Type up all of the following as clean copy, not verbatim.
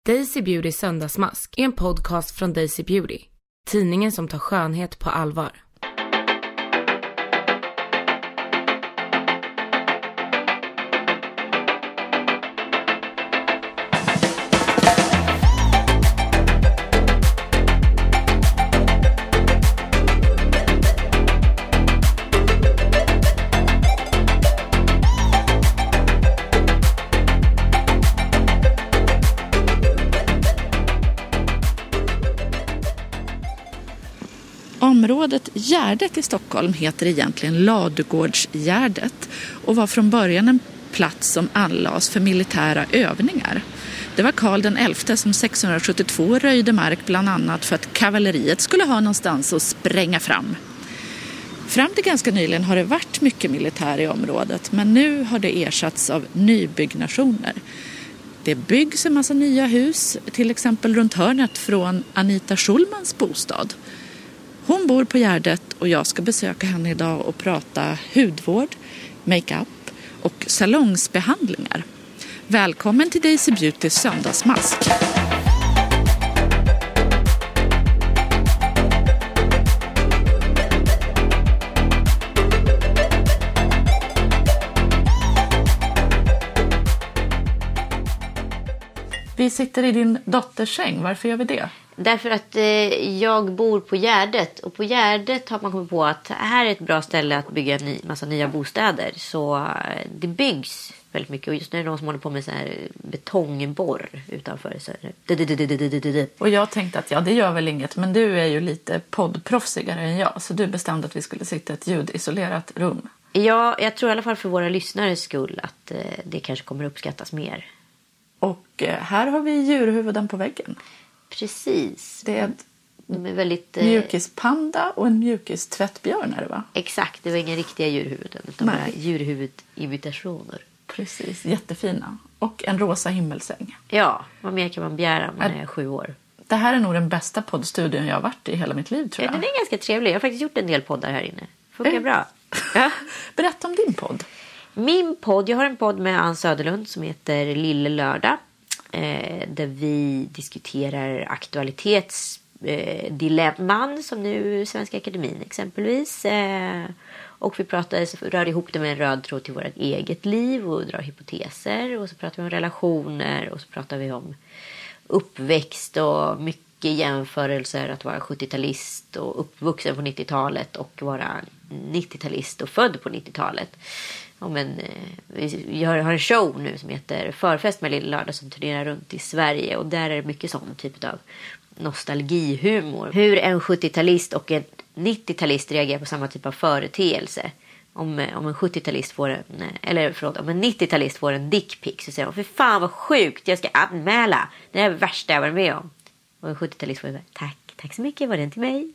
Daisy Beauty söndagsmask är en podcast från Daisy Beauty. Tidningen som tar skönhet på allvar. Området Gärdet i Stockholm heter egentligen Ladugårdsgärdet och var från början en plats som anlades för militära övningar. Det var Karl den XI som 1672 röjde mark bland annat för att kavalleriet skulle ha någonstans att spränga fram. Fram till ganska nyligen har det varit mycket militär i området, men nu har det ersatts av nybyggnationer. Det byggs en massa nya hus, till exempel runt hörnet från Anita Schulmans bostad. Hon bor på Gärdet och jag ska besöka henne idag och prata hudvård, makeup och salongsbehandlingar. Välkommen till Daisy Beautys söndagsmask. Vi sitter i din dotters säng. Varför gör vi det? Därför att jag bor på Gärdet. Och på Gärdet har man kommit på att här är ett bra ställe att bygga en massa nya bostäder. Så det byggs väldigt mycket. Och just nu är det någon som håller på med så här betongborr utanför. Så och jag tänkte att det gör väl inget. Men du är ju lite poddproffsigare än jag. Så du bestämde att vi skulle sitta i ett ljudisolerat rum. Ja, jag tror i alla fall för våra lyssnares skull att det kanske kommer uppskattas mer. Och här har vi djurhuvuden på väggen. Precis. Det är de är väldigt mjukispanda och en mjukistvättbjörn är det, va? Exakt, det var inga riktiga djurhuvuden utan bara djurhuvudimitationer. Precis, jättefina. Och en rosa himmelsäng. Ja, vad mer kan man begära om man är 7 år? Det här är nog den bästa poddstudion jag har varit i hela mitt liv, tror jag. Ja, den är ganska trevlig. Jag har faktiskt gjort en del poddar här inne. Funkar bra. Ja. Berätta om din podd. Min podd, jag har en podd med Ann Söderlund som heter Lille Lördag. Där vi diskuterar aktualitetsdilemman som nu Svenska Akademin exempelvis. Och vi rör ihop det med en röd tråd till vårt eget liv och drar hypoteser. Och så pratar vi om relationer och så pratar vi om uppväxt och mycket jämförelser att vara 70-talist och uppvuxen på 90-talet och vara 90-talist och född på 90-talet. Vi har en show nu som heter Förfest med Lille Lördag som turnerar runt i Sverige och där är det mycket sån typ av nostalgihumor. Hur en 70-talist och en 90-talist reagerar på samma typ av företeelse. Om en 70-talist får om en 90-talist får en dickpic så säger de, för fan vad sjukt, jag ska anmäla. Det är det värsta jag varit med om. Och en 70-talist får tack så mycket, var det till mig?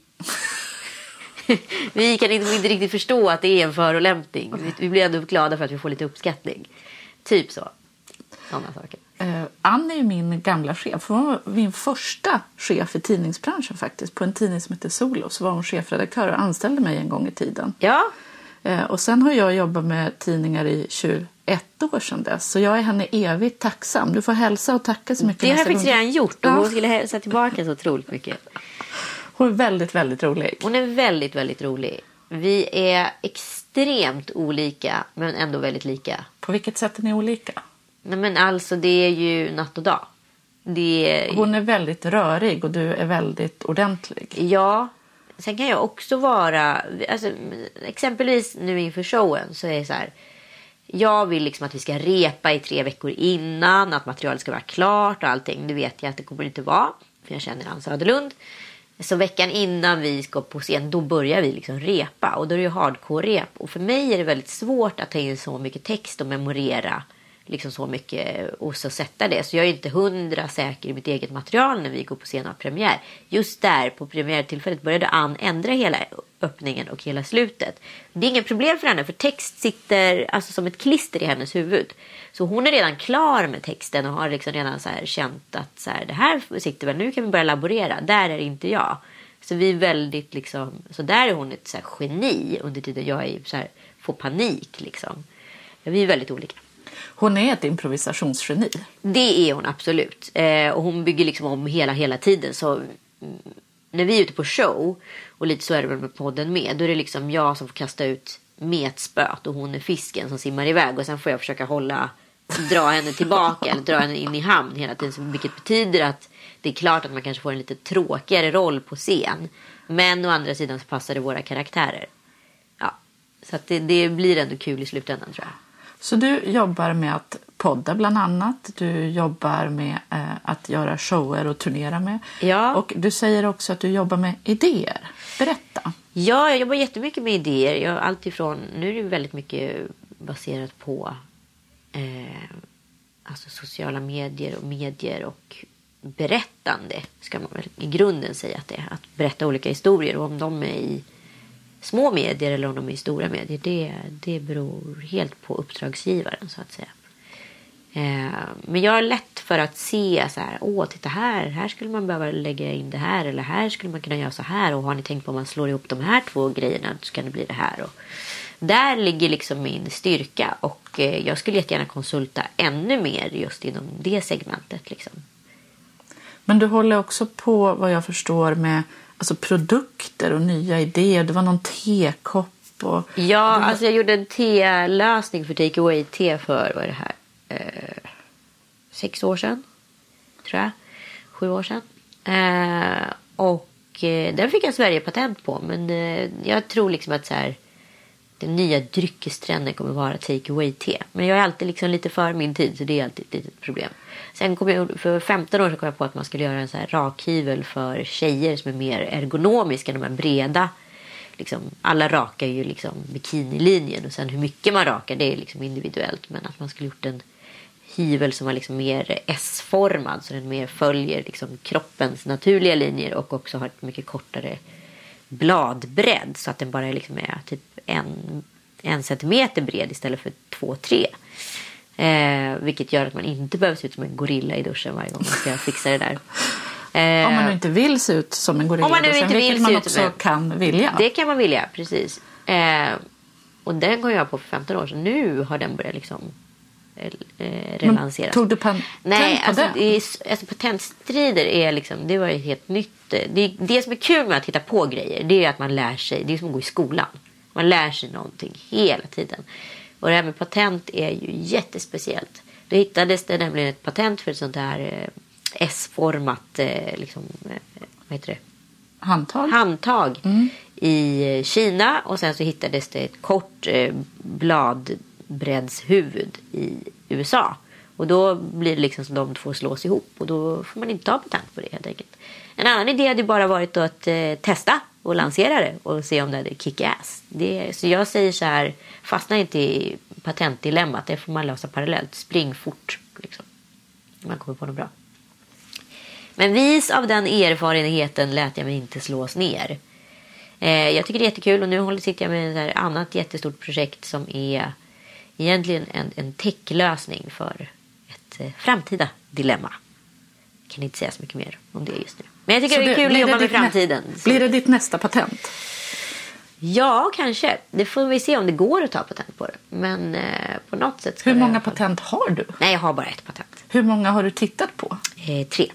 Vi kan inte riktigt förstå att det är en förolämpning. Vi blir ändå glada för att vi får lite uppskattning. Typ så. Sådana saker. Ann är ju min gamla chef. Hon var min första chef i tidningsbranschen faktiskt. På en tidning som heter Solo så var hon chefredaktör och anställde mig en gång i tiden. Ja. Och sen har jag jobbat med tidningar i 21 år sedan dess. Så jag är henne evigt tacksam. Du får hälsa och tacka så mycket. Det har jag faktiskt redan gjort och hon skulle hälsa tillbaka så otroligt mycket. Hon är väldigt, väldigt rolig. Hon är väldigt, väldigt rolig. Vi är extremt olika men ändå väldigt lika. På vilket sätt är ni olika? Nej men alltså det är ju natt och dag. Hon är väldigt rörig och du är väldigt ordentlig. Ja, sen kan jag också vara... Alltså, exempelvis nu inför showen så är det så här... Jag vill liksom att vi ska repa i 3 veckor innan. Att materialet ska vara klart och allting. Det vet jag att det kommer inte vara. För jag känner Ann Söderlund. Så veckan innan vi ska på scen, då börjar vi liksom repa. Och då är det ju hardcore-rep. Och för mig är det väldigt svårt att ta in så mycket text och memorera liksom så mycket och så sätta det. Så jag är inte 100 säker i mitt eget material när vi går på scen och premiär. Just där på premiärtillfället började Ann ändra hela öppningen och hela slutet. Det är ingen problem för henne för text sitter alltså som ett klister i hennes huvud. Så hon är redan klar med texten och har liksom redan så här känt att så här, det här sitter väl, nu kan vi börja laborera. Där är inte jag. Så vi är väldigt liksom, så där är hon ett så här geni under tiden jag är så här, får panik liksom. Ja, vi är väldigt olika. Hon är ett improvisationsgeni. Det är hon absolut. Och hon bygger liksom om hela tiden. Så när vi är ute på show, och lite så är det väl med podden med, då är det liksom jag som får kasta ut metspöt och hon är fisken som simmar iväg. Och sen får jag försöka dra henne tillbaka eller dra henne in i hamn hela tiden. Vilket betyder att det är klart att man kanske får en lite tråkigare roll på scen. Men å andra sidan så passar det våra karaktärer. Ja, så att det blir ändå kul i slutändan, tror jag. Så du jobbar med att podda bland annat. Du jobbar med att göra shower och turnera med. Ja. Och du säger också att du jobbar med idéer. Berätta. Ja, jag jobbar jättemycket med idéer. Jag alltifrån, nu är det väldigt mycket baserat på alltså sociala medier och berättande, ska man väl i grunden säga att det är. Att berätta olika historier, och om de är i små medier eller om de är i stora medier, det beror helt på uppdragsgivaren, så att säga. Men jag är lätt för att se så här, titta här skulle man behöva lägga in det här, eller här skulle man kunna göra så här, och har ni tänkt på om man slår ihop de här två grejerna så kan det bli det här. Och där ligger liksom min styrka, och jag skulle jättegärna konsulta ännu mer just inom det segmentet liksom. Men du håller också på, vad jag förstår, med alltså produkter och nya idéer. Det var någon tekopp och... Ja, alltså jag gjorde en te-lösning för Take Away Te för, vad är det här? 6 år sedan, tror jag. 7 år sedan. Och den fick jag Sverige-patent på. Men jag tror liksom att så här, den nya dryckestrenden kommer vara Take Away Te. Men jag är alltid liksom lite för min tid, så det är alltid ett litet problem. Sen för 15 år sedan kom jag på att man skulle göra en så här rakhyvel för tjejer som är mer ergonomiska, de här breda. Liksom, alla rakar ju liksom bikinilinjen, och sen hur mycket man rakar, det är liksom individuellt. Men att man skulle gjort en hyvel som var liksom mer S-formad, så den mer följer liksom kroppens naturliga linjer, och också har ett mycket kortare bladbredd, så att den bara liksom är typ en centimeter bred istället för 2-3. Vilket gör att man inte behöver se ut som en gorilla i duschen varje gång man ska fixa det där. Om man nu inte vill se ut som en gorilla, om man nu inte vill man se också ut kan vilja. Det kan man vilja, precis. Och den kom jag på för 15 år sedan. Nu har den börjat liksom relanseras. Tog du patent på den? Alltså patentstrider är liksom, det var ju helt nytt. Det som är kul med att hitta på grejer, det är att man lär sig. Det är som att gå i skolan. Man lär sig någonting hela tiden. Och det här med patent är ju jättespeciellt. Då hittades det nämligen ett patent för ett sånt här S-format liksom, vad heter det? Handtag i Kina, och sen så hittades det ett kort bladbreddshuvud i USA. Och då blir det liksom som de två slås ihop, och då får man inte ha patent på det helt enkelt. En annan idé hade bara varit att testa och lansera det och se om det hade kick-ass. Så jag säger så här, fastna inte i patentdilemmat, det får man lösa parallellt. Spring fort liksom. Man kommer på något bra. Men vis av den erfarenheten lät jag mig inte slås ner. Jag tycker det är jättekul, och nu sitter jag med ett annat jättestort projekt som är egentligen en techlösning för ett framtida dilemma. Jag kan inte säga så mycket mer om det just nu. Men jag tycker det är kul att jobba med framtiden. Blir det ditt nästa patent? Ja, kanske. Det får vi se om det går att ta patent på det. Men på något sätt... Hur många patent har du? Nej, jag har bara ett patent. Hur många har du tittat på? 3.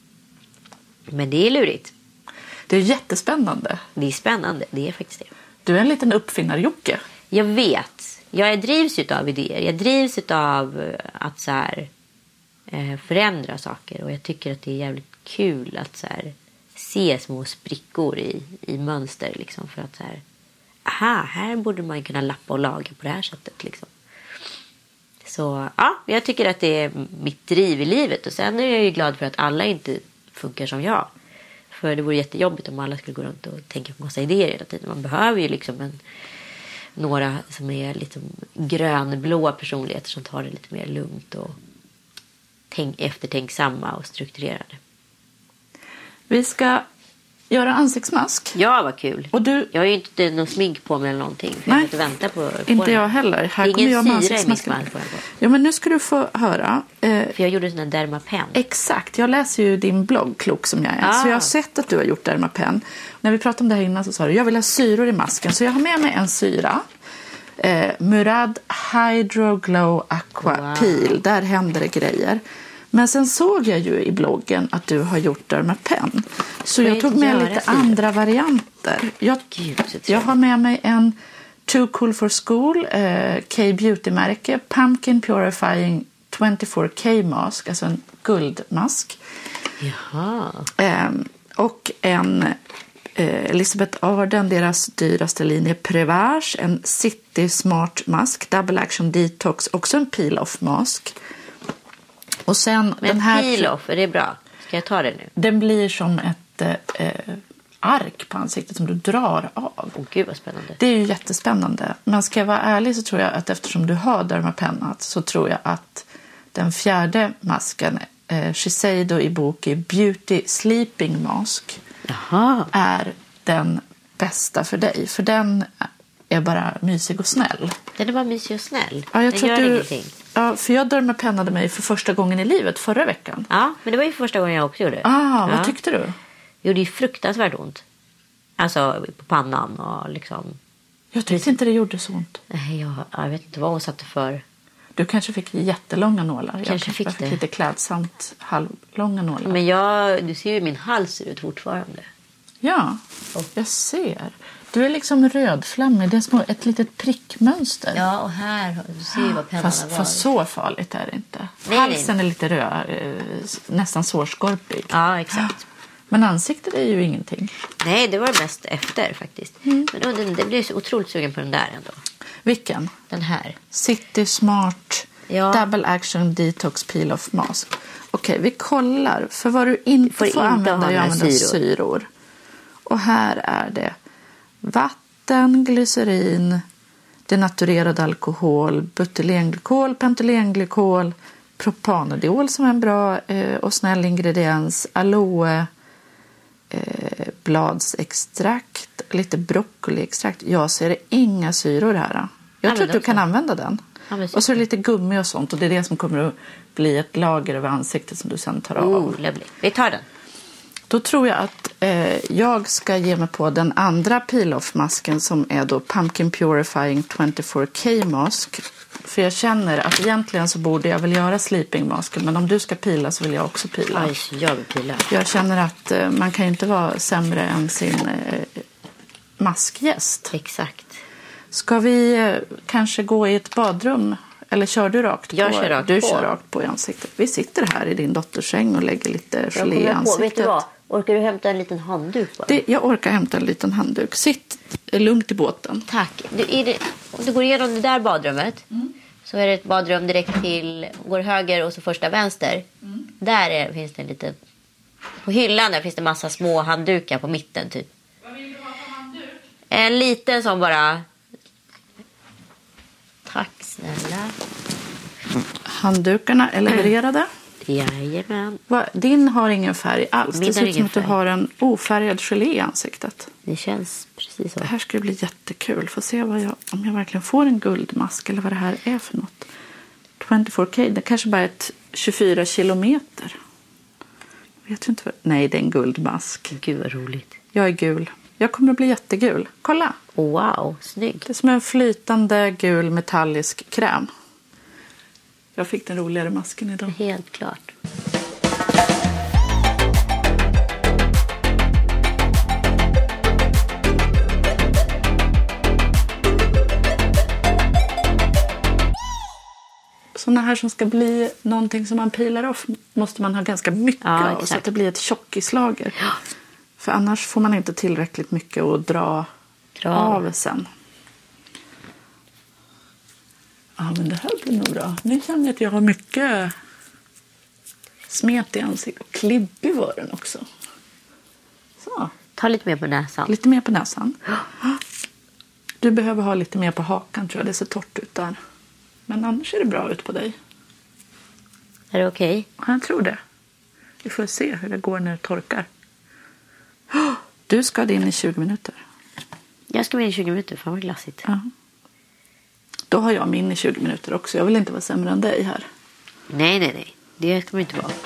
Men det är lurigt. Det är jättespännande. Det är spännande, det är faktiskt det. Du är en liten uppfinnar-Jocke. Jag vet. Jag drivs av idéer. Jag drivs av att så här, förändra saker. Och jag tycker att det är jävligt kul att så här, se små sprickor i mönster. Liksom, för att så här, aha, här borde man kunna lappa och laga på det här sättet. Liksom. Så ja, jag tycker att det är mitt driv i livet. Och sen är jag ju glad för att alla inte funkar som jag. För det vore jättejobbigt om alla skulle gå runt och tänka på massa idéer hela tiden. Man behöver ju liksom några som är liksom grönblåa personligheter som tar det lite mer lugnt och eftertänksamma och strukturerade. Vi ska göra ansiktsmask. Ja, vad kul. Och jag har ju inte någon smink på mig eller någonting. För nej, jag inte vänta på inte jag heller. Här kommer jag med ansiktsmasken. Ja, men nu ska du få höra. För jag gjorde en sån här Dermapen. Exakt, jag läser ju din blogg, klok som jag är. Så jag har sett att du har gjort Dermapen. När vi pratade om det här innan så sa du, jag vill ha syror i masken. Så jag har med mig en syra. Murad Hydro Glow Aqua Peel. Där händer det grejer. Men sen såg jag ju i bloggen att du har gjort Dermapen. Så jag tog med lite andra varianter. Jag har med mig en Too Cool for School K-beauty-märke Pumpkin Purifying 24K mask, alltså en guldmask. Jaha. Och en Elizabeth Arden, deras dyraste linje Prevage, en City Smart mask, Double Action Detox, också en peel-off mask. Och sen men den här peel-off, är det bra? Ska jag ta det nu? Den blir som ett ark på ansiktet som du drar av. Gud vad spännande. Det är ju jättespännande. Men ska jag vara ärlig så tror jag att eftersom du har Dermapennat så tror jag att den fjärde masken, Shiseido Ibuki Beauty Sleeping Mask, är den bästa för dig. För den är bara mysig och snäll. Den är bara mysig och snäll. Ja, jag den tror gör ingenting. Ja, för jag dermapennade mig för första gången i livet förra veckan. Ja, men det var ju första gången jag också gjorde det. Vad tyckte du? Det gjorde ju fruktansvärt ont. Alltså på pannan och liksom. Jag tyckte inte det gjorde så ont. Nej, jag vet inte vad hon satte för. Du kanske fick jättelånga nålar. Kanske jag fick lite klädsamt halvlånga nålar. Men du ser ju min hals ser ut fortfarande. Ja, jag ser. Du är liksom rödflammig. Det är ett litet prickmönster. Ja, och här, du ser ju vad pennan var. Fast så farligt är det inte. Nej, halsen är lite röd, nästan sårskorpig. Ja, exakt. Men ansiktet är ju ingenting. Nej, det var mest efter faktiskt. Men det blev så otroligt sugen på den där ändå. Vilken? Den här. City Smart Double Action Detox Peel Off Mask. Okej, vi kollar. För vad du inte får använda, jag använder syror. Och här är det vatten, glycerin, denaturerad alkohol, butylenglykol, pentylenglykol, propanediol som är en bra och snäll ingrediens, aloe, bladsextrakt, lite broccoliextrakt. Jag ser inga syror här. Jag tror att du kan använda den. Ja, och så är det lite gummi och sånt, och det är det som kommer att bli ett lager över ansiktet som du sen tar av. Vi tar den. Då tror jag att jag ska ge mig på den andra peel-off-masken som är då Pumpkin Purifying 24K mask. För jag känner att egentligen så borde jag väl göra sleeping-masken, men om du ska pila så vill jag också pila. Aj, jag vill pila. Jag känner att man kan ju inte vara sämre än sin maskgäst. Exakt. Ska vi kanske gå i ett badrum? Eller kör du rakt på? Jag kör rakt på. Du kör rakt på i ansiktet. Vi sitter här i din dotters säng och lägger lite gelé i ansiktet. Vet du vad? Orkar du hämta en liten handduk bara? Jag orkar hämta en liten handduk. Sitt lugnt i båten. Tack. Om du går igenom det där badrummet så är det ett badrum direkt till, går höger och så första vänster. Där finns det en liten, på hyllan där finns det massa små handdukar på mitten typ. Vad vill du ha för handduk? En liten som bara. Tack snälla. Handdukarna är levererade. Jajamän. Din har ingen färg alls. Det ser ut som att du har en ofärgad gelé i ansiktet. Det känns precis så. Det här ska bli jättekul. Får se om jag verkligen får en guldmask eller vad det här är för något. 24K, det kanske bara är ett 24 kilometer. Vet du inte vad? Nej, det är en guldmask. Gud vad roligt. Jag är gul. Jag kommer att bli jättegul. Kolla. Wow, snyggt. Det är som en flytande gul metallisk kräm. Jag fick den roligare masken idag. Helt klart. Såna här som ska bli någonting som man pilar av måste man ha ganska mycket av så att det blir ett tjockislager. Ja. För annars får man inte tillräckligt mycket att dra av sen. Ja, men det här blir nog bra. Nu känner jag att jag har mycket smet i ansiktet. Och klibbig var den också. Så. Ta lite mer på näsan. Lite mer på näsan. Du behöver ha lite mer på hakan tror jag. Det ser torrt ut där. Men annars ser det bra ut på dig. Är det okej? Ja, jag tror det. Vi får se hur det går när det torkar. Du ska in i 20 minuter. Jag ska in i 20 minuter. Fan vad glassigt. Ja. Då har jag min i 20 minuter också. Jag vill inte vara sämre än dig här. Nej. Det ska man inte vara.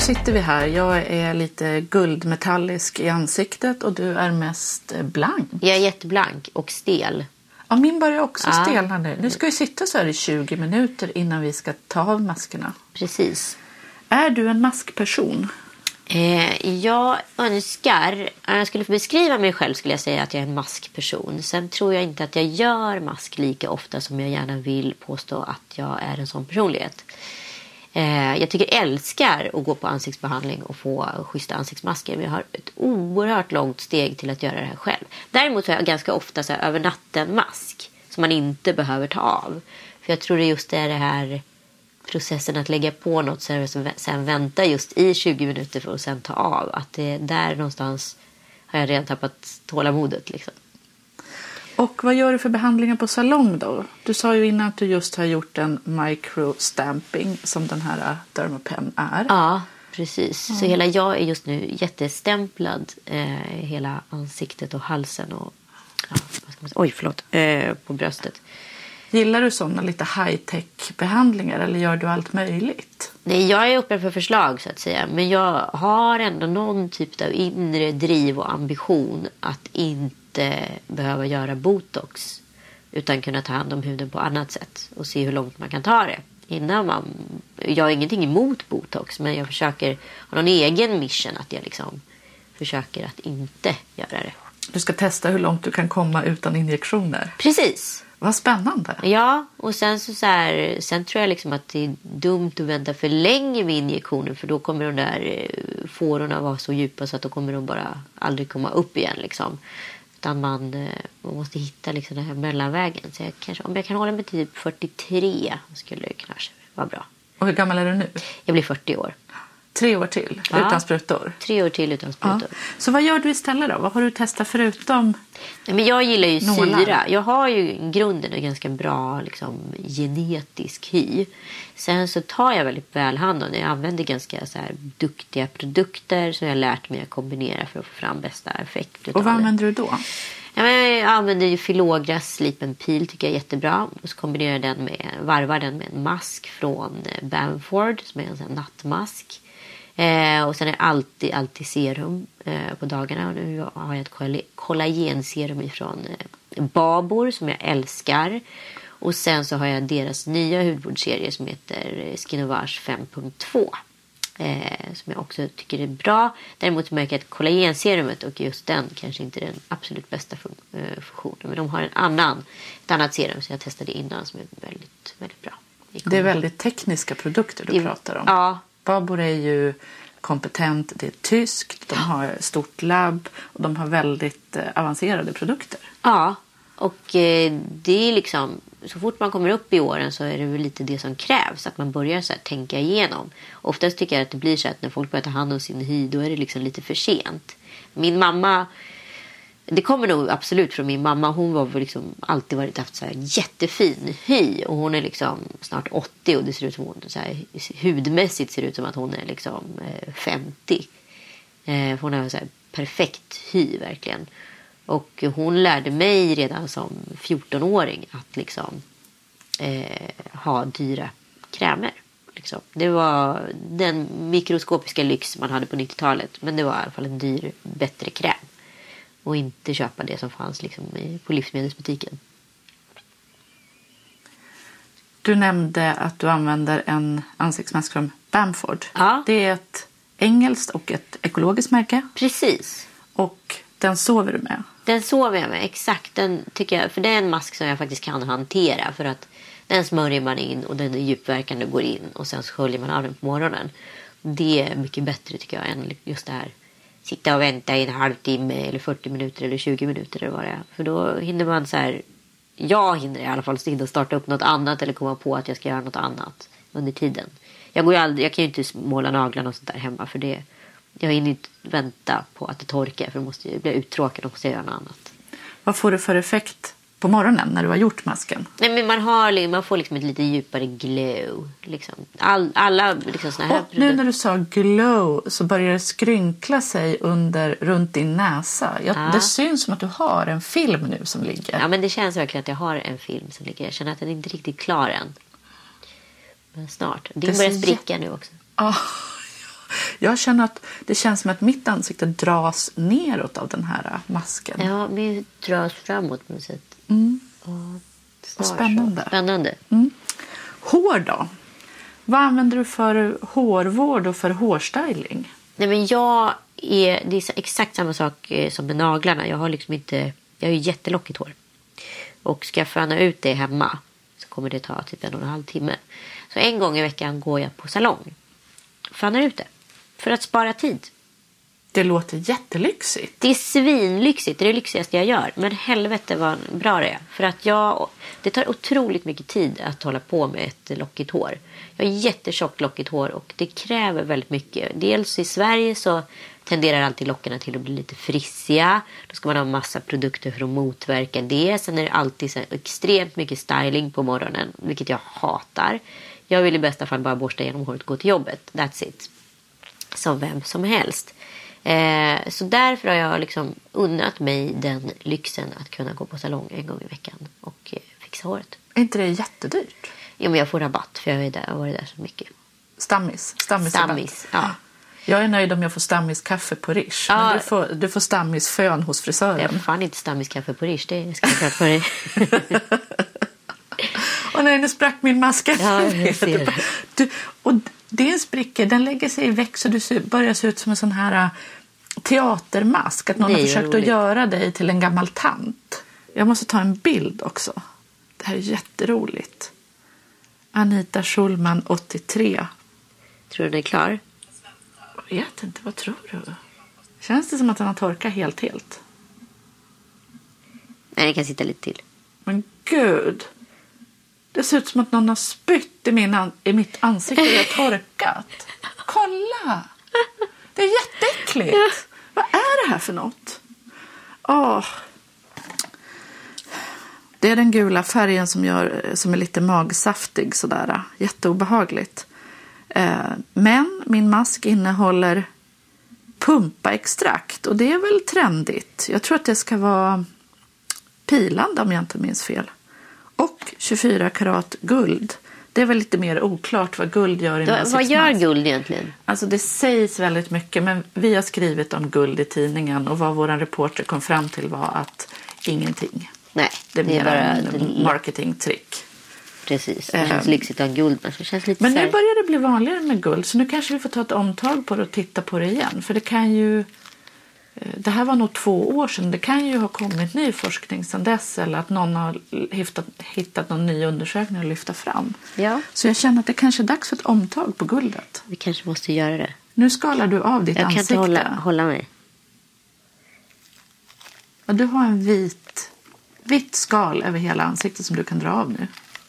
sitter vi här. Jag är lite guldmetallisk i ansiktet och du är mest blank. Jag är jätteblank och stel. Ja, min börjar också stelna nu. Nu ska vi sitta så här i 20 minuter innan vi ska ta av maskerna. Precis. Är du en maskperson? Jag önskar, om jag skulle få beskriva mig själv skulle jag säga att jag är en maskperson. Sen tror jag inte att jag gör mask lika ofta som jag gärna vill påstå att jag är en sån personlighet. Jag älskar att gå på ansiktsbehandling och få schyssta ansiktsmasker. Men jag har ett oerhört långt steg till att göra det här själv. Däremot har jag ganska ofta så här, över natten mask som man inte behöver ta av. För jag tror det just är det här processen att lägga på något sen vänta just i 20 minuter för att sen ta av. Att det där någonstans har jag redan tappat tålamodet liksom. Och vad gör du för behandlingar på salong då? Du sa ju innan att du just har gjort en microstamping som den här Dermapen är. Ja, precis. Så hela jag är just nu jättestämplad. Hela ansiktet och halsen och på bröstet. Gillar du sådana lite high-tech behandlingar eller gör du allt möjligt? Nej, jag är öppen för förslag så att säga. Men jag har ändå någon typ av inre driv och ambition att inte behöva göra botox. Utan kunna ta hand om huden på annat sätt. Och se hur långt man kan ta det. Jag har ingenting emot botox. Men jag försöker ha någon egen mission att jag liksom försöker att inte göra det. Du ska testa hur långt du kan komma utan injektioner. Precis. Vad spännande. Ja, och sen sen tror jag liksom att det är dumt att vänta för länge med injektioner. För då kommer de där fårorna vara så djupa så att då kommer de bara aldrig komma upp igen liksom. Utan man måste hitta liksom den här mellanvägen. Så om jag kan hålla mig till typ 43 skulle det kanske vara bra. Och hur gammal är du nu? Jag blir 40 år. 3 år till utan sprutor? 3 år till utan sprutor. Ja. Så vad gör du istället då? Vad har du testat förutom? Men jag gillar ju nålar? syra. Jag har ju i grunden en ganska bra liksom, genetisk hy. Sen så tar jag väldigt väl hand om det. Jag använder ganska så här, duktiga produkter som jag har lärt mig att kombinera för att få fram bästa effekt. Och vad använder du då? Jag använder ju Fillogra Sleep and Peel tycker jag är jättebra. Och så varvar den med en mask från Bamford som är en sån här nattmask. Och sen är alltid serum på dagarna. Och nu har jag ett kollagenserum ifrån Babor som jag älskar. Och sen så har jag deras nya hudvårdsserie som heter Skinovage 5.2. Som jag också tycker är bra. Däremot märker jag att kollagenserumet och just den kanske inte är den absolut bästa funktionen. Men de har ett annat serum som jag testade innan som är väldigt, väldigt bra. Det är väldigt tekniska produkter du pratar om. Ja. Babor är ju kompetent, det är tyskt, de har stort labb och de har väldigt avancerade produkter. Ja, och det är liksom, så fort man kommer upp i åren så är det väl lite det som krävs, att man börjar så här tänka igenom. Oftast tycker jag att det blir så att när folk börjar ta hand om sin hy, då är det liksom lite för sent. Min mamma, det kommer nog absolut från min mamma. Hon var liksom alltid haft så här jättefin hy. Och hon är liksom snart 80 och det ser ut som hon så här, hudmässigt ser ut som att hon är liksom 50. Hon har så här perfekt hy verkligen. Och hon lärde mig redan som 14-åring att liksom ha dyra krämer. Liksom. Det var den mikroskopiska lyx man hade på 90-talet. Men det var i alla fall en dyr, bättre kräm. Och inte köpa det som fanns liksom på livsmedelsbutiken. Du nämnde att du använder en ansiktsmask från Bamford. Ja. Det är ett engelskt och ett ekologiskt märke. Precis. Och den sover du med? Den sover jag med, exakt. Den tycker jag, för det är en mask som jag faktiskt kan hantera. För att den smörjer man in och den är djupverkande och går in. Och sen sköljer man av den på morgonen. Det är mycket bättre tycker jag än just det här. Sitta och vänta i en halvtimme eller 40 minuter eller 20 minuter eller vad det är. För då hinner man så här. Jag hinner i alla fall starta upp något annat eller komma på att jag ska göra något annat under tiden. Jag kan ju inte måla naglarna och sånt där hemma för det. Jag hinner inte vänta på att det torkar för då måste jag bli uttråkad och måste göra något annat. Vad får du för effekt på morgonen när du har gjort masken? Nej, men man får liksom ett lite djupare glow. Liksom. Alla liksom såna här nu när du sa glow så börjar det skrynkla sig runt din näsa. Det syns som att du har en film nu som ligger. Ja, men det känns verkligen att jag har en film som ligger. Jag känner att den inte är riktigt klar än. Men snart. Din börjar spricka nu också. Jag känner att det känns som att mitt ansikte dras neråt av den här masken. Ja, vi dras framåt på något sätt. Och spännande. Spännande. Hår då? Vad använder du för hårvård och för hårstyling? Nej, men det är exakt samma sak som med naglarna. Jag har ju jättelockigt hår. Och ska jag föna ut det hemma så kommer det ta typ 1,5 timme. Så en gång i veckan går jag på salong. Fönar ut det. För att spara tid. Det låter jättelyxigt. Det är svinlyxigt. Det är det lyxigaste jag gör. Men helvete vad bra det är. För att det tar otroligt mycket tid att hålla på med ett lockigt hår. Jag har jättetjockt lockigt hår och det kräver väldigt mycket. Dels i Sverige så tenderar alltid lockarna till att bli lite frissiga. Då ska man ha massa produkter för att motverka det. Sen är det alltid så extremt mycket styling på morgonen. Vilket jag hatar. Jag vill i bästa fall bara borsta igenom håret och gå till jobbet. That's it. Som vem som helst. Så därför har jag liksom unnat mig den lyxen att kunna gå på salong en gång i veckan och fixa håret. Är inte det jättedyrt? Jo, men jag får rabatt för jag har varit där så mycket. Stammis, ja. Jag är nöjd om jag får stammiskaffe på Rish. Ja. Men du får stammisfön hos frisören. Jag får fan inte stammiskaffe på Rish, det ska jag prata på dig. Och nej, nu sprack min maska. Ja, jag ser det. Och det är en spricka, den lägger sig i väck så du börjar se ut som en sån här teatermask. Att någon har försökt att göra dig till en gammal tant. Jag måste ta en bild också. Det här är jätteroligt. Anita Schulman, 83. Tror du den är klar? Jag vet inte, vad tror du? Känns det som att den har torkat helt? Nej, den kan sitta lite till. Men gud. Det ser ut som att någon har spytt i mitt ansikte och jag har torkat. Kolla! Det är jätteäckligt. Ja. Vad är det här för något? Det är den gula färgen som är lite magsaftig sådär. Jätteobehagligt. Men min mask innehåller pumpaextrakt och det är väl trendigt. Jag tror att det ska vara pilande om jag inte minns fel. Och 24 karat guld. Det är väl lite mer oklart vad guld gör i en ansiktsmask. Vad gör guld egentligen? Alltså det sägs väldigt mycket, men vi har skrivit om guld i tidningen och vad vår reporter kom fram till var att ingenting. Nej, det är bara en marketingtrick. Precis, det känns lyxigt att ha guld. Men nu börjar det bli vanligare med guld, så nu kanske vi får ta ett omtag på det och titta på det igen. För det kan ju... Det här var nog 2 år sedan. Det kan ju ha kommit ny forskning sedan dess eller att någon har hittat någon ny undersökning att lyfta fram. Ja. Så jag känner att det kanske är dags för ett omtag på guldet. Vi kanske måste göra det. Nu skalar du av ditt ansikte. Jag kan inte hålla mig. Och du har en vitt skal över hela ansiktet som du kan dra av nu.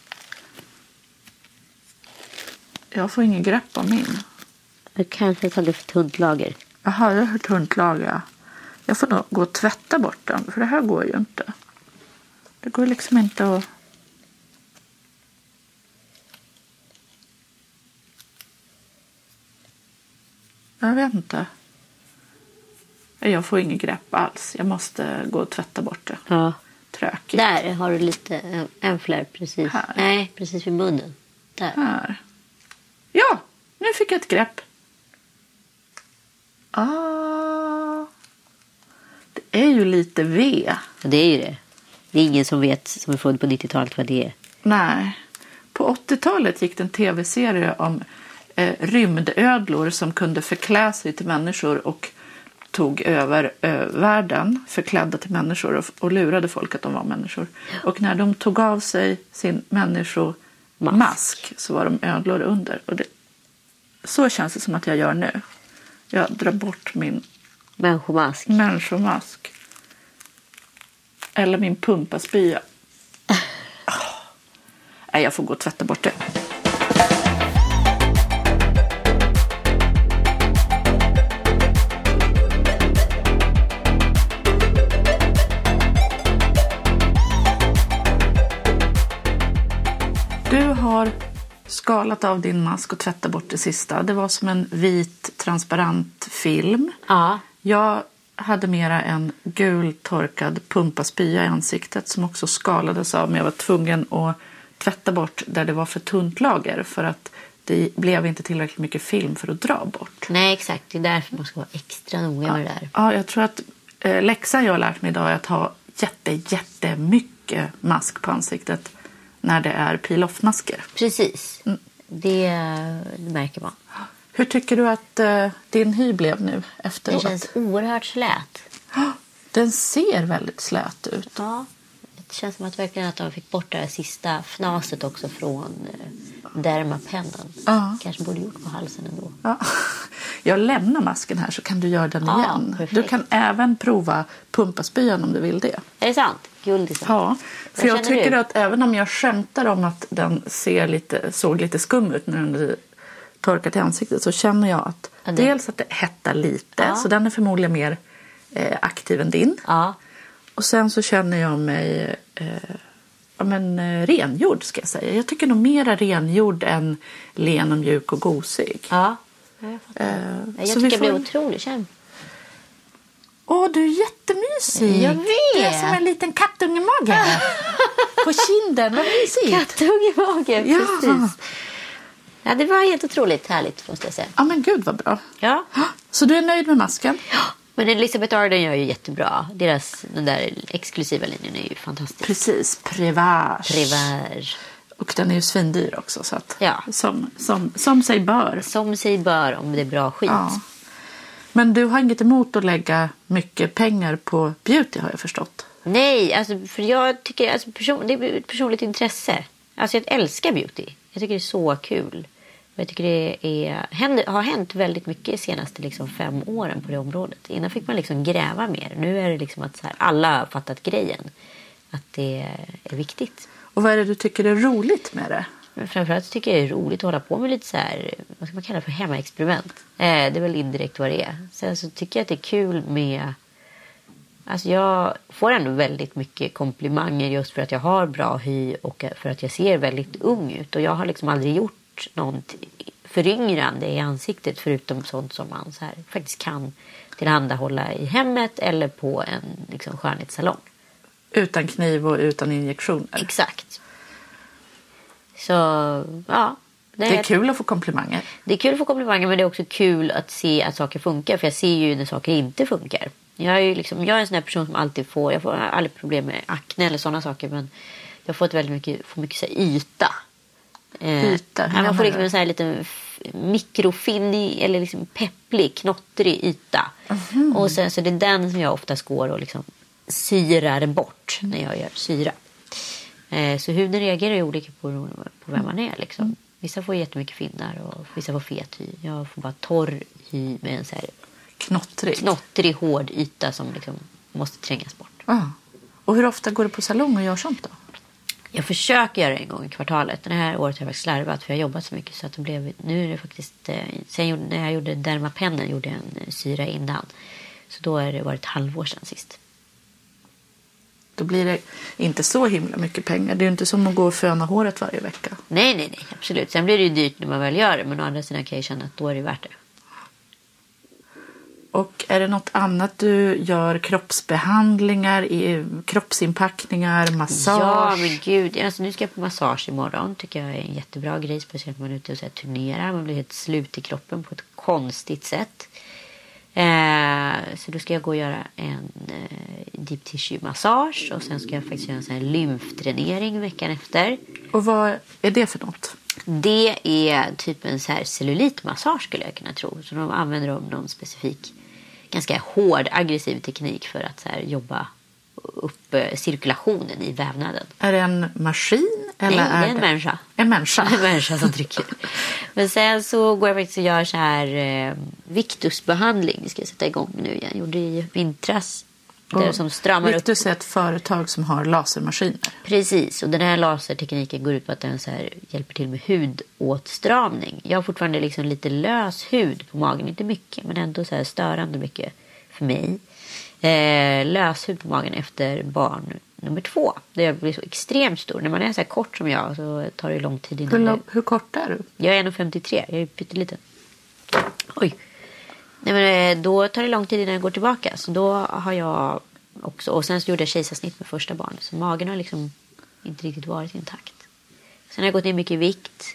Jag får ingen grepp om min. Jag kanske tar det för tunt lager. Jaha, det är för tunt lager. Jag får nog gå och tvätta bort den. För det här går ju inte. Det går liksom inte att... Jag vet inte. Jag får ingen grepp alls. Jag måste gå och tvätta bort det. Ja. Tråkigt. Där har du lite en flärp precis. Här. Nej, precis vid munnen. Där. Här. Ja, nu fick jag ett grepp. Det är ju lite V. Ja, det är ju det. Det är ingen som vet, som är född på 90-talet, vad det är. Nej. På 80-talet gick det en tv-serie om rymdödlor som kunde förklä sig till människor och tog över världen förklädda till människor och lurade folk att de var människor. Och när de tog av sig sin människomask så var de ödlor under. Och så känns det som att jag gör nu. Jag drar bort min människomask. Eller min pumpaspya. Nej, jag får gå och tvätta bort det. Du har skalat av din mask och tvättat bort det sista. Det var som en vit transparent film. Ja. Jag hade mera en gul torkad pumpaspya i ansiktet som också skalades av. Men jag var tvungen att tvätta bort där det var för tunt lager. För att det blev inte tillräckligt mycket film för att dra bort. Nej, exakt. Det är därför man ska vara extra noga med det där. Ja, jag tror att läxan jag har lärt mig idag är att ha jättemycket mask på ansiktet när det är peel-off-masker. Precis. Det märker man. Hur tycker du att din hy blev nu efteråt? Det känns oerhört slät. Den ser väldigt slät ut. Ja, det känns som att verkligen att de fick bort det här sista fnaset också från dermapennen. Ja. Kanske borde gjort på halsen ändå. Ja. Jag lämnar masken här så kan du göra den igen. Perfekt. Du kan även prova pumpaspyan om du vill det. Är det sant? Guldisen. Ja, för jag tycker du? att även om jag skämtar om att den såg lite skum ut när den torkat i ansiktet, så känner jag att dels att det hettar lite, så den är förmodligen mer aktiv än din. Ja. Och sen så känner jag mig rengjord, ska jag säga. Jag tycker nog mera rengjord än len och mjuk och gosig. Ja, jag fattar. Jag tycker det blir otroligt känd. Åh, du är jättemysig. Jag vet. Du är som en liten kattungemage. På kinden, vad mysigt. Kattungemage, Ja. precis. Ja, det var helt otroligt härligt, måste jag säga. Ja, men gud vad bra. Ja. Så du är nöjd med masken? Ja, men Elizabeth Arden gör ju jättebra. Den där exklusiva linjen är ju fantastisk. Precis, Privage. Och den är ju svindyr också. Så att, Ja. Som sig bör. Som sig bör om det är bra skit. Ja. Men du har inget emot att lägga mycket pengar på beauty, har jag förstått. Nej, alltså, för jag tycker det är ett personligt intresse. Alltså jag älskar beauty. Jag tycker det är så kul. Och jag tycker det har hänt väldigt mycket de senaste 5 åren på det området. Innan fick man gräva mer. Nu är det att så här, alla har fattat grejen. Att det är viktigt. Och vad är det du tycker är roligt med det? Men framförallt tycker jag det är roligt att hålla på med lite så här, vad ska man kalla det för, hemmaexperiment. Det är väl indirekt vad det är. Sen så tycker jag att det är kul med... Alltså jag får ändå väldigt mycket komplimanger just för att jag har bra hy och för att jag ser väldigt ung ut. Och jag har aldrig gjort något föryngrande i ansiktet förutom sånt som man så här faktiskt kan tillhandahålla i hemmet eller på en skönhetssalong. Utan kniv och utan injektioner. Exakt. Så, ja. Det är kul att få komplimanger. Det är kul att få komplimanger, men det är också kul att se att saker funkar. För jag ser ju när saker inte funkar. Jag är en sån här person som alltid jag får aldrig problem med akne eller sådana saker. Men jag får mycket så här yta. Yta? Man får en sån här liten mikrofinnig eller pepplig, knottrig yta. Mm. Och sen så det är den som jag oftast går och syrar bort när jag gör syra. Så huden reagerar ju olika på vem man är Vissa får jättemycket finnar och vissa får fet hy. Jag får bara torr hy med en så här knottrig hård yta som måste trängas bort. Och hur ofta går du på salong och gör sånt då? Jag försöker göra det en gång i kvartalet. Det här året har jag faktiskt slarvat för jag har jobbat så mycket så att nu är det faktiskt sen när jag gjorde dermapennen gjorde jag en syra innan. Så då har det varit ett halvår sedan sist. Då blir det inte så himla mycket pengar. Det är ju inte som att gå och föna håret varje vecka. Nej, absolut. Sen blir det ju dyrt när man väl gör det. Men å andra sidan kan jag känna att då är det värt det. Och är det något annat du gör? Kroppsbehandlingar, kroppsinpackningar, massage? Ja, men gud. Alltså, nu ska jag på massage imorgon. Tycker jag är en jättebra grej. Speciellt när man är ute och så här, turnerar. Man blir helt slut i kroppen på ett konstigt sätt. Så då ska jag gå och göra en deep tissue massage. Och sen ska jag faktiskt göra en sån här lymfdränering veckan efter. Och vad är det för något? Det är typ en så här cellulitmassage skulle jag kunna tro. Så de använder någon specifik, ganska hård, aggressiv teknik för att så här jobba upp cirkulationen i vävnaden. Är det en maskin? Eller nej, det är en människa. En människa? En människa som trycker. Men sen så går jag faktiskt och gör så här Victusbehandling. Det ska jag sätta igång nu igen. Jag gjorde det i vintras. Som stramar Victus är ett företag som har lasermaskiner. Precis, och den här lasertekniken går ut på att den så här hjälper till med hudåtstramning. Jag har fortfarande lite lös hud på magen. Inte mycket, men ändå så här störande mycket för mig. Lös hud på magen efter barn nummer 2. Det jag blir så extremt stor. När man är så här kort som jag så tar det lång tid innan. Hur kort är du? Jag är 1,53. Jag är pytteliten. Oj. Nej, men då tar det lång tid innan jag går tillbaka. Så då har jag också... Och sen så gjorde jag kejsarsnitt med första barnet. Så magen har inte riktigt varit intakt. Sen har jag gått ner mycket i vikt.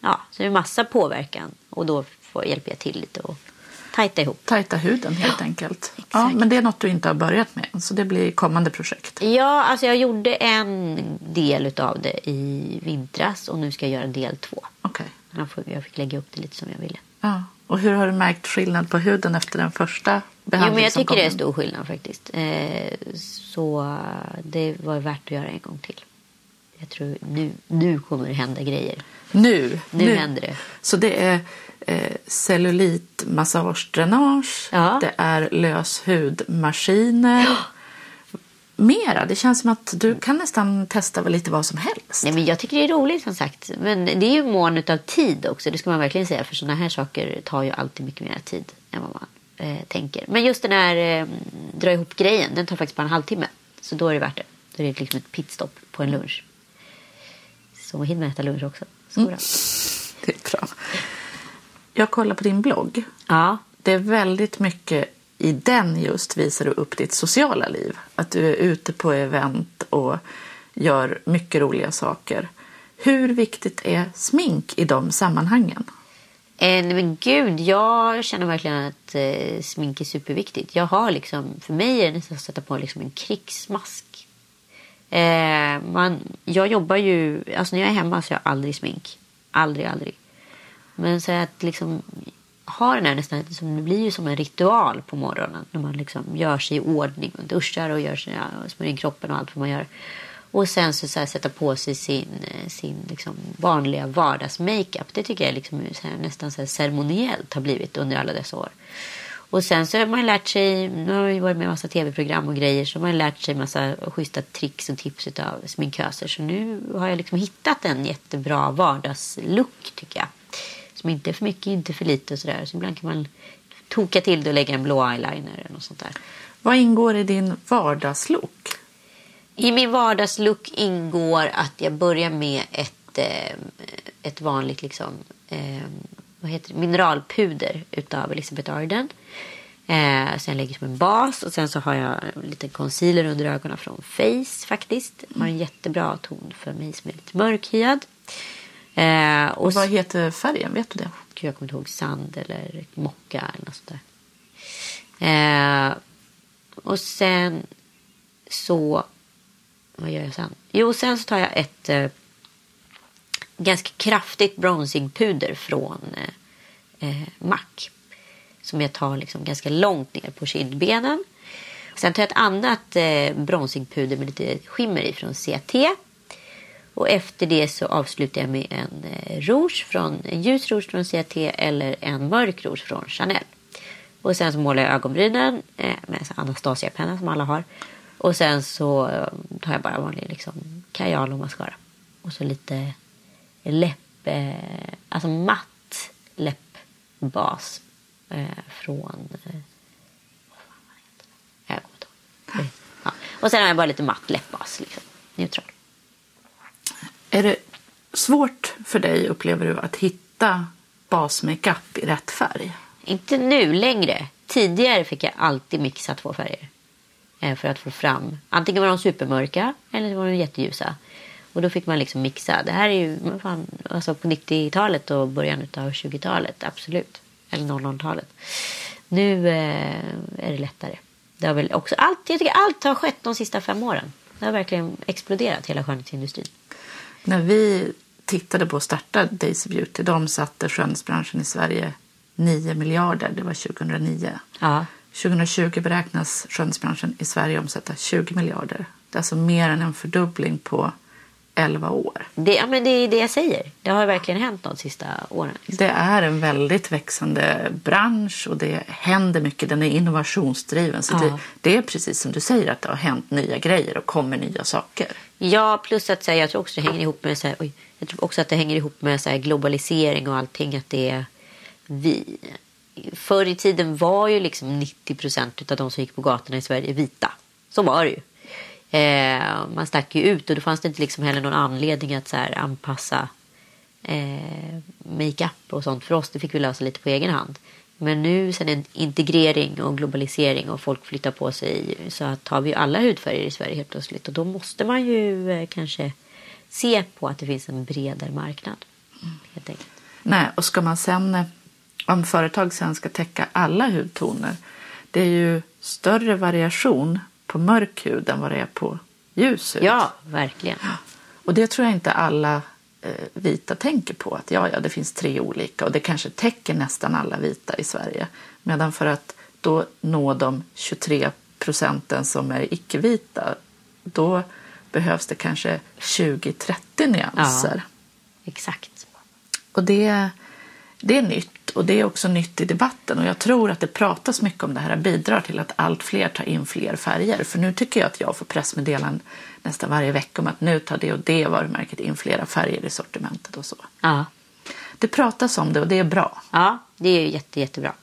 så är det massa påverkan. Och då hjälper jag till lite och tajta ihop. Tajta huden helt enkelt. Ja, men det är något du inte har börjat med. Så det blir kommande projekt. Ja, alltså jag gjorde en del av det i vintras. Och nu ska jag göra del 2. Okej. Jag fick lägga upp det lite som jag ville. Ja. Och hur har du märkt skillnad på huden efter den första behandlingen? Jo, men jag tycker det är stor skillnad faktiskt. Så det var värt att göra en gång till. Jag tror nu kommer det hända grejer. Nu händer det. Så det är cellulit, massage, dränage. Ja. Det är löshudmaskiner. Ja. Mera, det känns som att du kan nästan testa lite vad som helst. Nej, men jag tycker det är roligt som sagt. Men det är ju mån av tid också. Det ska man verkligen säga. För sådana här saker tar ju alltid mycket mer tid än vad man tänker. Men just den här dra ihop grejen, den tar faktiskt bara en halvtimme. Så då är det värt det. Då är det liksom ett pitstop på en lunch. Så hinner man äta lunch också. Det är bra. Jag kollar på din blogg. Ja. Det är väldigt mycket i den just visar du upp ditt sociala liv. Att du är ute på event och gör mycket roliga saker. Hur viktigt är smink i de sammanhangen? Men gud, jag känner verkligen att smink är superviktigt. Jag har liksom, för mig är det nästan att sätta på liksom en krigsmask. Jag jobbar ju, alltså när jag är hemma så har jag aldrig smink. Aldrig. Men så att liksom har den här nästan, det blir ju som en ritual på morgonen. När man liksom gör sig i ordning och duschar och gör sig, smörjer in kroppen och allt vad man gör. Och sen så här, sätta på sig sin liksom vanliga vardagsmakeup. Det tycker jag liksom så här, nästan så här ceremoniellt har blivit under alla dessa år. Och sen så har man lärt sig, nu har jag varit med i massa tv-program och grejer, så har man lärt sig massa schyssta tricks och tips av sminköser. Så nu har jag liksom hittat en jättebra vardagslook tycker jag. Som inte är för mycket, inte för lite och sådär. Så ibland kan man toka till det och lägga en blå eyeliner eller något sånt där. Vad ingår i din vardagslook? I min vardagslook ingår att jag börjar med ett vanligt liksom, vad heter det? Mineralpuder utav Elizabeth Arden. Sen lägger jag som en bas och sen så har jag lite concealer under ögonen från Face faktiskt. Har en jättebra ton för mig som är lite mörkhyad. Och vad heter färgen? Vet du det? Jag kommer inte ihåg, sand eller mocka eller något sånt där. Och sen så, vad gör jag sen? Jo, sen så tar jag ett ganska kraftigt bronzingpuder från MAC. Som jag tar liksom ganska långt ner på kindbenen. Sen tar jag ett annat bronzingpuder med lite skimmer i från CT. Och efter det så avslutar jag med en ljus rouge från CT eller en mörk rouge från Chanel. Och sen så målar jag ögonbrynen med Anastasia-penna som alla har. Och sen så tar jag bara vanlig liksom kajal och mascara. Och så lite alltså matt läppbas från jag kommer inte ihåg. Ja. Och sen har jag bara lite matt läppbas liksom, neutral. Är det svårt för dig, upplever du, att hitta basmakeup i rätt färg? Inte nu längre. Tidigare fick jag alltid mixa 2 färger. För att få fram. Antingen var de supermörka eller så var de jätteljusa. Och då fick man liksom mixa. Det här är ju alltså på 90-talet och början av 20-talet. Absolut. Eller 00-talet. Nu är det lättare. Det har väl också jag tycker allt har skett de sista 5 åren. Det har verkligen exploderat hela skönhetsindustrin. När vi tittade på att starta Daisy Beauty, de satte skönhetsbranschen i Sverige 9 miljarder. Det var 2009. Ja. 2020 beräknas skönhetsbranschen i Sverige omsätta 20 miljarder. Det är alltså mer än en fördubbling på 11 år. Det är det jag säger. Det har verkligen hänt de sista åren. Det är en väldigt växande bransch och det händer mycket. Den är innovationsdriven. Så det är precis som du säger att det har hänt nya grejer och kommer nya saker. Ja, plus att jag tror också det hänger ihop med jag tror också att det hänger ihop med globalisering och allting. Att det är förr i tiden var ju liksom 90% av de som gick på gatorna i Sverige vita. Så var det ju. Man stack ju ut och då fanns det inte liksom heller någon anledning att anpassa makeup och sånt för oss. Det fick vi lösa lite på egen hand. Men nu sen en integrering och globalisering och folk flyttar på sig så att har vi ju alla hudfärger i Sverige helt plötsligt. Och då måste man ju kanske se på att det finns en bredare marknad helt enkelt. Nej, och ska man sen, om företag sen ska täcka alla hudtoner, det är ju större variation på mörk hud än vad det är på ljus hud. Ja, verkligen. Och det tror jag inte alla vita tänker på. Att det finns 3 olika och det kanske täcker nästan alla vita i Sverige. Medan för att då nå de 23% som är icke-vita, då behövs det kanske 20-30 nyanser. Ja, exakt. Och det är nytt, och det är också nytt i debatten. Och jag tror att det pratas mycket om det här bidrar till att allt fler tar in fler färger. För nu tycker jag att jag får pressmeddelanden nästan varje vecka om att nu tar det och det varumärket in flera färger i sortimentet och så. Ja. Det pratas om det och det är bra. Ja, det är ju jättebra.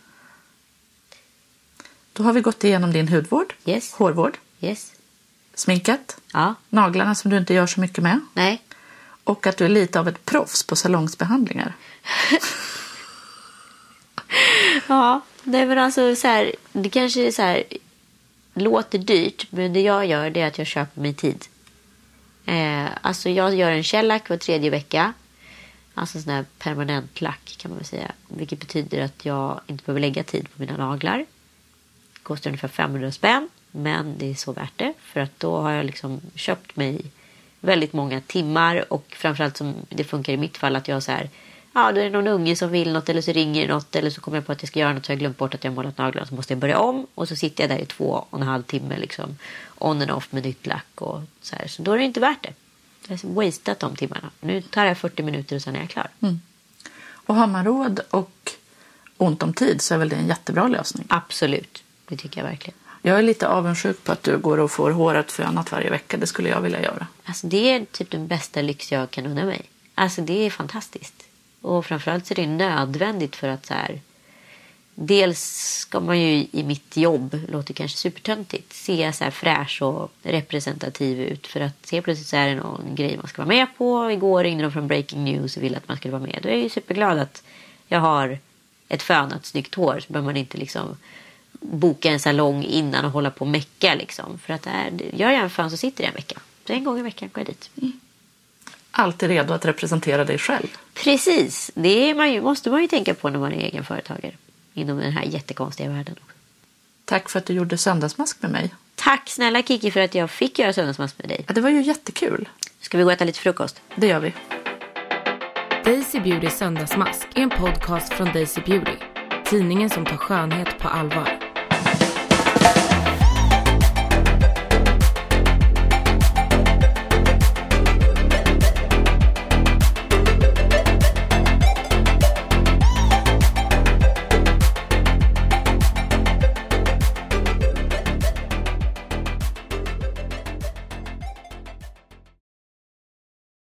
Då har vi gått igenom din hudvård, Yes. hårvård, Yes. sminket, Ja. naglarna som du inte gör så mycket med. Nej. Och att du är lite av ett proffs på salongsbehandlingar. Ja, nej men alltså så här, det kanske är så här, låter dyrt, men det jag gör det är att jag köper mig tid. Alltså jag gör en shellack var 3:e vecka. Alltså en sån här permanent lack kan man väl säga. Vilket betyder att jag inte behöver lägga tid på mina naglar. Det kostar ungefär 500 spänn, men det är så värt det. För att då har jag liksom köpt mig väldigt många timmar, och framförallt som det funkar i mitt fall att jag så här, ja, då är det någon unge som vill något, eller så ringer något, eller så kommer jag på att jag ska göra något så jag glömt bort att jag har målat naglarna, så måste jag börja om, och så sitter jag där i 2,5 timmar liksom on and off med nytt lack och så här. Så då är det inte värt det. Jag har wasted de timmarna. Nu tar jag 40 minuter och sen är jag klar. Och har man råd och ont om tid så är väl det en jättebra lösning. Absolut, det tycker jag verkligen. Jag är lite avundsjuk på att du går och får håret fönat varje vecka. Det skulle jag vilja göra. Alltså det är typ den bästa lyx jag kan unna mig. Alltså det är fantastiskt. Och framförallt så är det nödvändigt för att så här, dels ska man ju i mitt jobb, låter kanske supertöntigt, se så här fräsch och representativ ut. För att se plötsligt så är det någon grej man ska vara med på. Igår ringde de från Breaking News och ville att man skulle vara med. Då är jag ju superglad att jag har ett fönat snyggt hår, så behöver man inte liksom boka en salong innan och hålla på och mecka liksom. För att gör jag en fön så sitter det en vecka. Så en gång i veckan går jag dit. Alltid redo att representera dig själv. Precis, måste man ju tänka på när man är egen företagare. Inom den här jättekonstiga världen också. Tack för att du gjorde söndagsmask med mig. Tack snälla Kiki för att jag fick göra söndagsmask med dig. Ja, det var ju jättekul. Ska vi gå och äta lite frukost? Det gör vi. Daisy Beauty söndagsmask är en podcast från Daisy Beauty. Tidningen som tar skönhet på allvar.